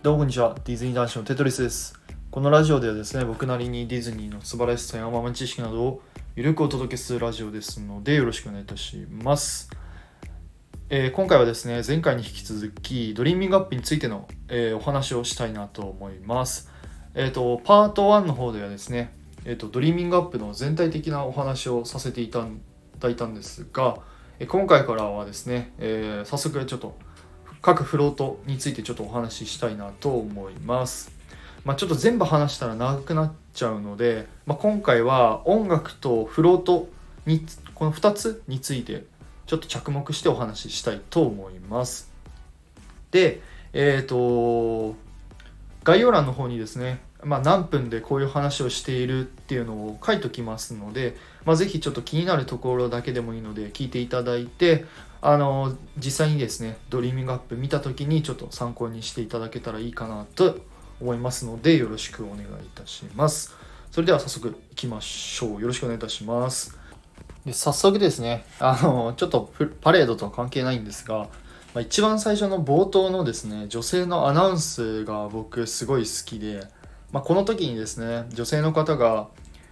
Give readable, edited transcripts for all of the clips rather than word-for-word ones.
どうもこんにちは。ディズニー男子のテトリスです。このラジオではですね、僕なりにディズニーの素晴らしさや豆知識などをゆるくお届けするラジオですので、よろしくお願いいたします。今回はですね、前回に引き続きドリーミングアップについての、お話をしたいなと思います。パート1の方ではですね、ドリーミングアップの全体的なお話をさせていただいたんですが、今回からはですね、早速ちょっと各フロートについてちょっとお話ししたいなと思います。ちょっと全部話したら長くなっちゃうので、今回は音楽とフロートにこの2つについてちょっと着目してお話ししたいと思います。で、概要欄の方にですね、何分でこういう話をしているっていうのを書いておきますので、ぜひちょっと気になるところだけでもいいので聞いていただいて、実際にですね、ドリーミングアップ見た時にちょっと参考にしていただけたらいいかなと思いますので、よろしくお願いいたします。それでは早速いきましょう。よろしくお願いいたします。で、早速ですね、ちょっとパレードとは関係ないんですが、一番最初の冒頭のですね、女性のアナウンスが僕すごい好きで、この時にですね、女性の方が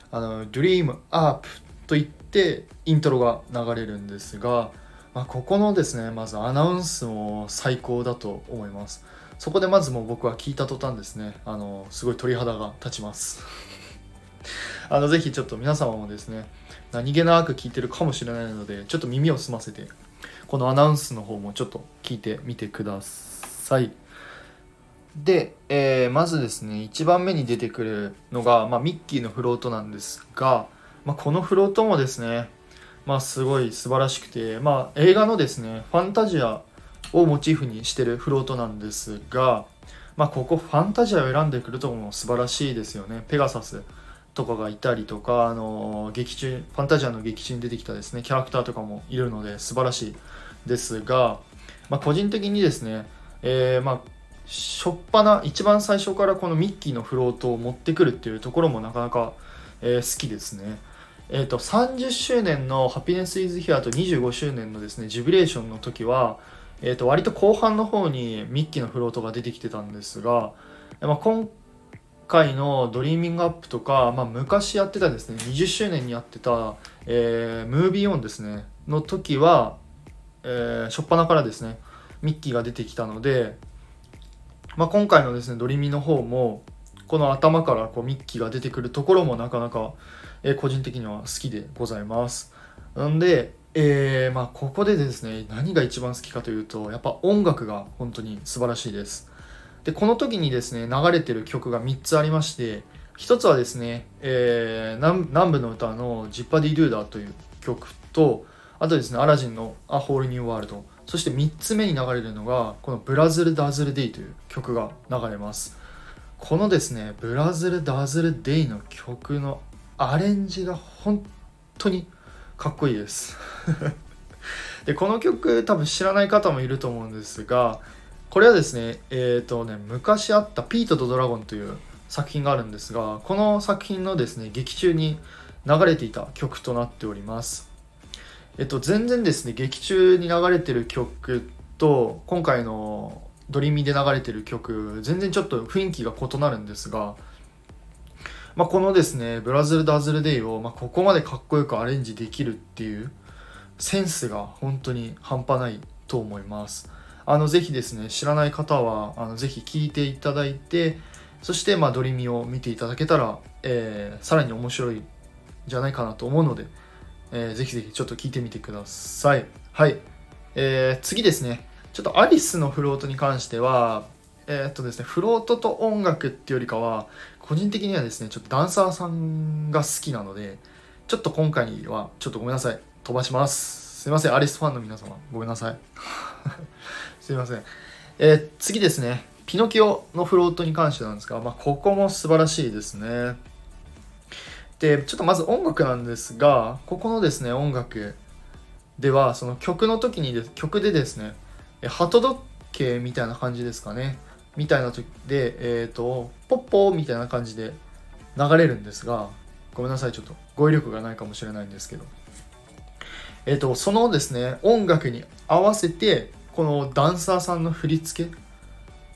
Dream Up と言ってイントロが流れるんですが、ここのですね、まずアナウンスも最高だと思います。そこでまずもう僕は聞いた途端ですね、すごい鳥肌が立ちます。ぜひちょっと皆様もですね、何気なく聞いてるかもしれないので、ちょっと耳を澄ませて、このアナウンスの方もちょっと聞いてみてください。で、まずですね、1番目に出てくるのが、ミッキーのフロートなんですが、このフロートもですね、すごい素晴らしくて、映画のですね、ファンタジアをモチーフにしてるフロートなんですが、ここファンタジアを選んでくるところも素晴らしいですよね。ペガサスとかがいたりとか、劇中、ファンタジアの劇中に出てきたですね、キャラクターとかもいるので素晴らしいですが、個人的にですね、初っ端一番最初からこのミッキーのフロートを持ってくるっていうところもなかなか、好きですね。30周年のハピネスイズヒアと25周年のですね、ジュビレーションの時は、割と後半の方にミッキーのフロートが出てきてたんですが、今回のドリーミングアップとか、昔やってたですね、20周年にやってた、ムービーオンですね、の時は、初っ端からですね、ミッキーが出てきたので、今回のですね、ドリミの方も、この頭からこうミッキーが出てくるところもなかなか、個人的には好きでございます。なんで、ここでですね、何が一番好きかというと、やっぱ音楽が本当に素晴らしいです。で、この時にですね、流れてる曲が3つありまして、1つはですね、南部の歌のジッパディドゥーダーという曲と、あとですね、アラジンの A Whole New World、そして3つ目に流れるのが、このブラズルダズルデイという曲が流れます。このですね、ブラズルダズルデイの曲のアレンジが本当にかっこいいです。で、この曲多分知らない方もいると思うんですが、これはですね、昔あったピートとドラゴンという作品があるんですが、この作品のですね、劇中に流れていた曲となっております。全然ですね、劇中に流れてる曲と今回のドリミで流れてる曲、全然ちょっと雰囲気が異なるんですが、このですね、ブラズルダズルデイを、ここまでかっこよくアレンジできるっていうセンスが本当に半端ないと思います。ぜひですね、知らない方はぜひ聞いていただいて、そしてドリミを見ていただけたら、さらに面白いんじゃないかなと思うので、ぜひぜひちょっと聞いてみてください。はい。次ですね。ちょっとアリスのフロートに関しては、ですね、フロートと音楽っていうよりかは、個人的にはですね、ちょっとダンサーさんが好きなので、ちょっと今回はちょっとごめんなさい。飛ばします。すいません。アリスファンの皆様、ごめんなさい。すいません。次ですね。ピノキオのフロートに関してなんですが、ここも素晴らしいですね。で、ちょっとまず音楽なんですが、ここのですね、音楽では、その曲の時に曲でですね、鳩時計みたいな感じですかね。みたいな時で、ポッポーみたいな感じで流れるんですが、ごめんなさい、ちょっと語彙力がないかもしれないんですけど、そのですね、音楽に合わせて、このダンサーさんの振り付け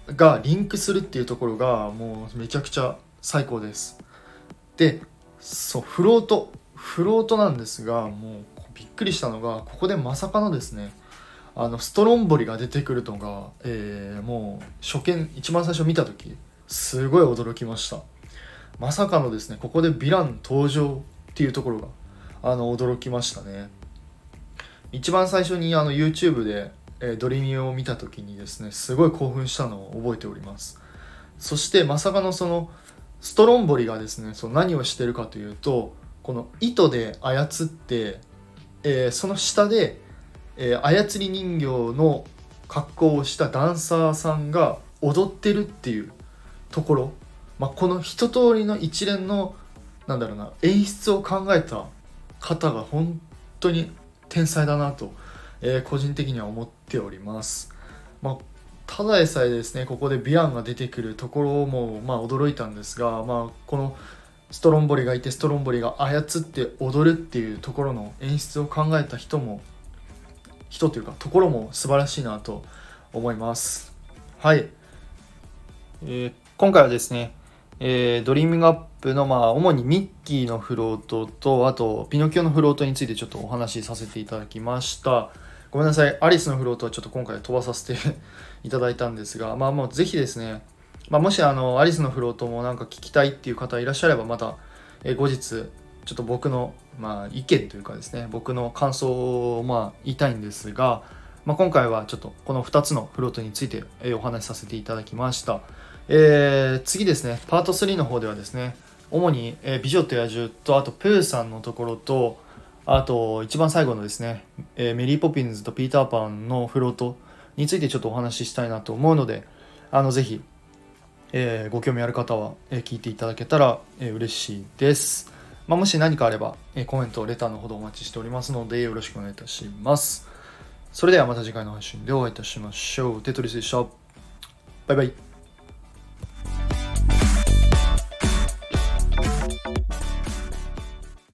がリンクするっていうところがもうめちゃくちゃ最高です。で、そう、フロートなんですが、もうびっくりしたのが、ここでまさかのですね、ストロンボリが出てくるのが、もう一番最初見た時すごい驚きました。まさかのですね、ここでヴィラン登場っていうところが驚きましたね。一番最初にYouTube で、ドリミを見た時にですね、すごい興奮したのを覚えております。そしてまさかのそのストロンボリがですね、何をしてるかというと、この糸で操って、その下で、操り人形の格好をしたダンサーさんが踊ってるっていうところ、この一通りの一連の演出を考えた方が本当に天才だなと、個人的には思っております。ただでさえですね、ここでヴィランが出てくるところも驚いたんですが、このストロンボリがいてストロンボリが操って踊るっていうところの演出を考えた人というかところも素晴らしいなと思います。はい、今回はですね、ドリーミングアップの主にミッキーのフロートとあとピノキオのフロートについてちょっとお話しさせていただきました。ごめんなさい、アリスのフロートはちょっと今回飛ばさせていただいたんですが、もうぜひですね、もしアリスのフロートもなんか聞きたいっていう方いらっしゃれば、また、後日ちょっと僕の、意見というかですね、僕の感想を言いたいんですが、今回はちょっとこの2つのフロートについて、お話しさせていただきました。次ですね、パート3の方ではですね、主に、美女と野獣とあとプーさんのところと、あと一番最後のですね、メリーポピンズとピーターパンのフロートについてちょっとお話ししたいなと思うので、ぜひ、ご興味ある方は、聞いていただけたら、嬉しいです。もし何かあれば、コメント、レターのほどお待ちしておりますのでよろしくお願いいたします。それではまた次回の配信でお会いいたしましょう。テトリスでした。バイバイ。